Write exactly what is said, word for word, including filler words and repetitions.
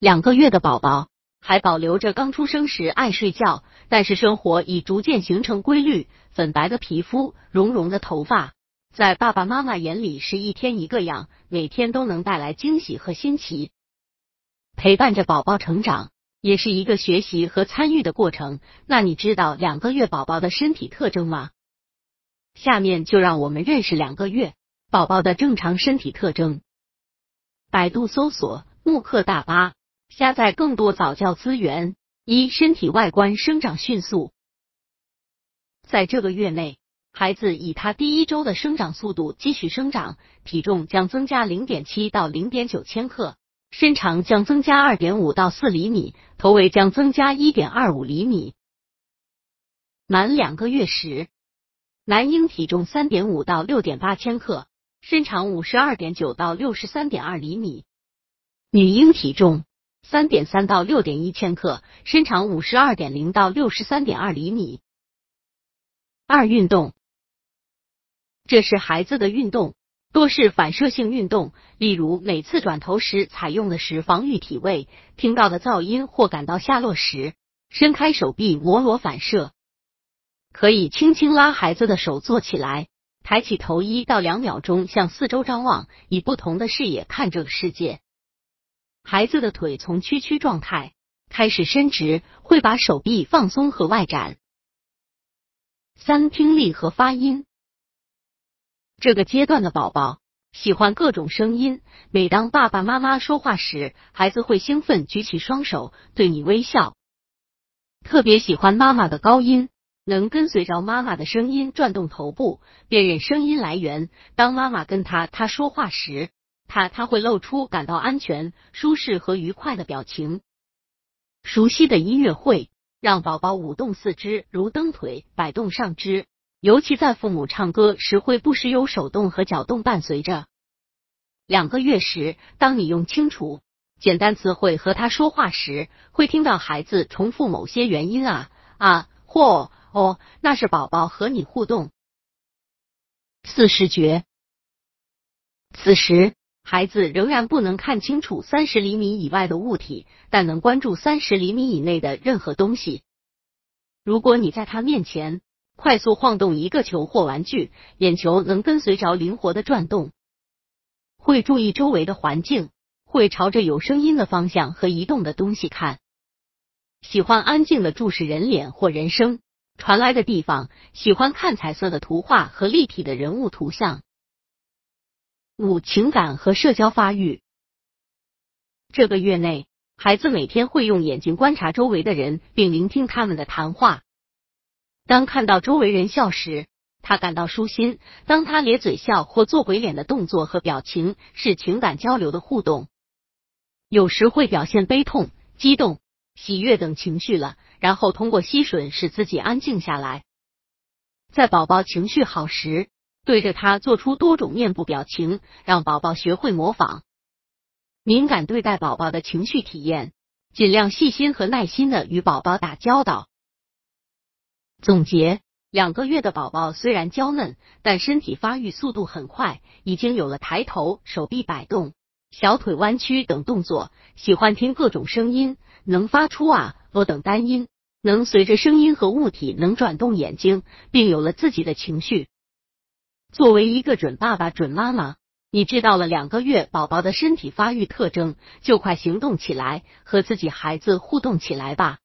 两个月的宝宝还保留着刚出生时爱睡觉，但是生活已逐渐形成规律，粉白的皮肤，绒绒的头发，在爸爸妈妈眼里是一天一个样，每天都能带来惊喜和新奇。陪伴着宝宝成长，也是一个学习和参与的过程。那你知道两个月宝宝的身体特征吗？下面就让我们认识两个月宝宝的正常身体特征。百度搜索慕课大巴，下载更多早教资源。一、身体外观生长迅速。在这个月内，孩子以他第一周的生长速度继续生长，体重将增加 零点七到零点九千克，身长将增加 二点五到四厘米，头围将增加 一点二五厘米。满两个月时，男婴体重 三点五到六点八千克，身长 五十二点九到六十三点二厘米。女婴体重 三点三到六点一千克，身长 五十二点零到六十三点二厘米。二、运动。这是孩子的运动，多是反射性运动，例如每次转头时采用的是防御体位，听到的噪音或感到下落时，伸开手臂摩螺反射。可以轻轻拉孩子的手坐起来，抬起头一到两秒钟向四周张望，以不同的视野看这个世界。孩子的腿从屈曲状态开始伸直，会把手臂放松和外展。三、听力和发音。这个阶段的宝宝喜欢各种声音，每当爸爸妈妈说话时，孩子会兴奋举起双手对你微笑，特别喜欢妈妈的高音，能跟随着妈妈的声音转动头部，辨认声音来源。当妈妈跟他他说话时，他他会露出感到安全、舒适和愉快的表情。熟悉的音乐会让宝宝舞动四肢，如蹬腿、摆动上肢，尤其在父母唱歌时，会不时有手动和脚动伴随着。两个月时，当你用清楚、简单词汇和他说话时，会听到孩子重复某些元音啊、啊或哦，那是宝宝和你互动。四、视觉。此时孩子仍然不能看清楚三十厘米以外的物体，但能关注三十厘米以内的任何东西。如果你在他面前快速晃动一个球或玩具，眼球能跟随着灵活的转动，会注意周围的环境，会朝着有声音的方向和移动的东西看，喜欢安静的注视人脸或人声传来的地方，喜欢看彩色的图画和立体的人物图像。五、情感和社交发育。这个月内，孩子每天会用眼睛观察周围的人，并聆听他们的谈话。当看到周围人笑时，他感到舒心；当他咧嘴笑或做鬼脸的动作和表情是情感交流的互动。有时会表现悲痛、激动、喜悦等情绪了，然后通过吸吮使自己安静下来。在宝宝情绪好时，对着他做出多种面部表情，让宝宝学会模仿。敏感对待宝宝的情绪体验，尽量细心和耐心的与宝宝打交道。总结：两个月的宝宝虽然娇嫩，但身体发育速度很快，已经有了抬头、手臂摆动、小腿弯曲等动作，喜欢听各种声音，能发出啊、哦等单音，能随着声音和物体能转动眼睛，并有了自己的情绪。作为一个准爸爸、准妈妈，你知道了两个月宝宝的身体发育特征，就快行动起来，和自己孩子互动起来吧。